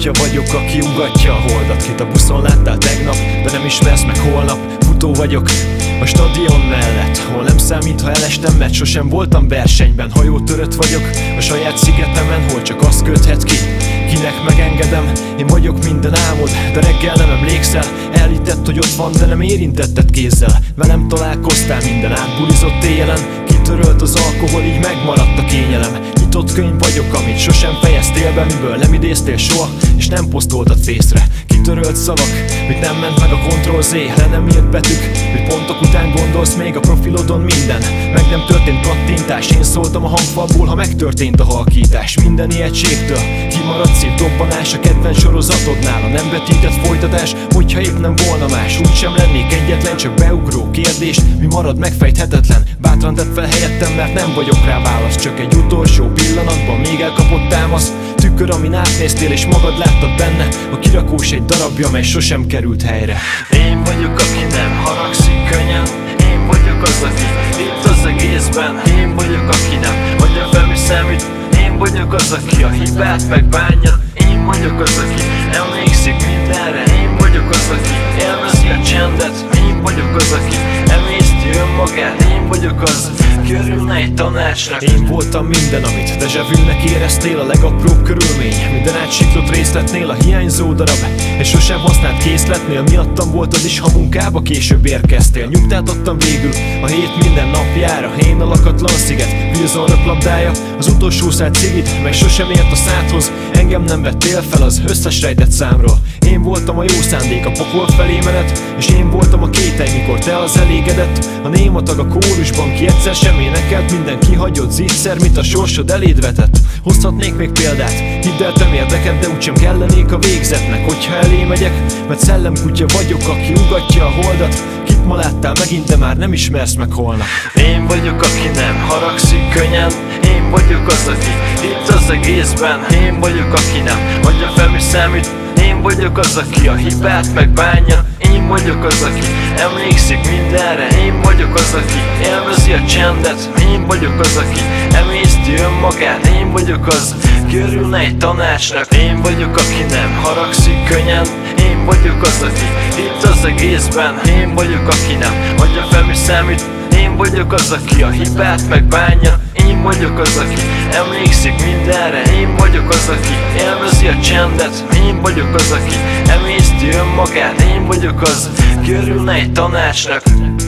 kutya vagyok, aki ugatja a holdat. Kit a buszon láttál tegnap, de nem ismersz meg holnap. Futó vagyok a stadion mellett, hol nem számít, ha elestem, mert sosem voltam versenyben. Hajótörött vagyok a saját szigetemen, hol csak azt köthet ki, kinek megengedem. Én vagyok minden álmod, de reggel nem emlékszel. Elhitted, hogy ott van, de nem érintetted kézzel. Velem találkoztál minden átbulizott éjjelen. Kitörölt az alkohol, így megmaradt a kényelem. Nyitott könyv vagyok, amit sosem fejeztél be, miből nem idéztél soha, és nem posztoltad fészre. Kitörölt szavak, mit nem ment meg a Ctrl-Z, le nem írt betűk, hogy pontok után gondolsz még a profilodon minden. Meg nem történt kattintás, én szóltam a hangfalból, ha megtörtént a halkítás. Minden ijegységtől kimaradt szívdobbanás a kedvenc sorozatodnál, a nem vetített folytatás, hogyha épp nem volna más. Úgysem lennék egyetlen, csak beugró kérdés, mi marad megfejthetetlen. Bátran tett fel helyettem, mert nem vagyok rá válasz, csak egy utolsó pillanatban még elkapott támasz. Tükör, amin átnéztél és magad láttad benne, a kirakós egy darabja, mely sosem került helyre. Én vagyok, aki nem haragszik könnyen, én vagyok az, aki itt az egészben. Én vagyok, aki nem hagyja fel, mi számít. Én vagyok az, aki a hibát megbánja. Én vagyok az, aki emlékszik mindenre. Én vagyok az, aki élvezi a csendet. Én vagyok az, aki emészti önmagát. Én vagyok az, körülne egy tanácsnak. Én voltam minden, amit déjà vu-nek éreztél, a legapróbb körülmény, minden átsiklott részletnél, a hiányzó darab, és sosem használt készletnél. Miattam volt az is, ha munkába később érkeztél. Nyugtát adtam végül a hét minden napjára. Én a lakatlan sziget, Wilson röplabdája, az utolsó szád cigit, mely sosem ért a szádhoz. Engem nem vettél fel az összes rejtett számról. Én voltam a jó szándék, a pokol felé menet, és én voltam a kételj, mikor te az elégedett. A néma tag a kórusban, ki egyszer sem énekelt, minden kihagyott zicser, mint a sorsod eléd vetett. Hozhatnék még példát, hidd el, nem érdeked, de úgysem kellenék a végzetnek, hogyha elé megyek, mert szellemkutya vagyok, aki ugatja a holdat. Kit ma láttál megint, de már nem ismersz meg holnap. Én vagyok, aki nem haragszik könnyen. Én vagyok az, aki itt az egészben. Én vagyok, aki nem hagyja fel, mi számít. Én vagyok az, aki a hibát megbánja. Én vagyok az, aki emlékszik mindenre. Én vagyok az, aki élvezi a csendet. Én vagyok az, aki emészti önmagát. Én vagyok az, körülne egy tanácsnak. Én vagyok, aki nem haragszik könnyen. Én vagyok az, aki itt az egészben. Én vagyok, aki nem hagyja fel, mi számít. Én vagyok az, aki a hibát megbánja. Én vagyok az, aki emlékszik mindenre. Én vagyok az, aki élvezi a csendet. Én vagyok az, aki emészti önmagát. Én vagyok az, körülne egy tanácsnak.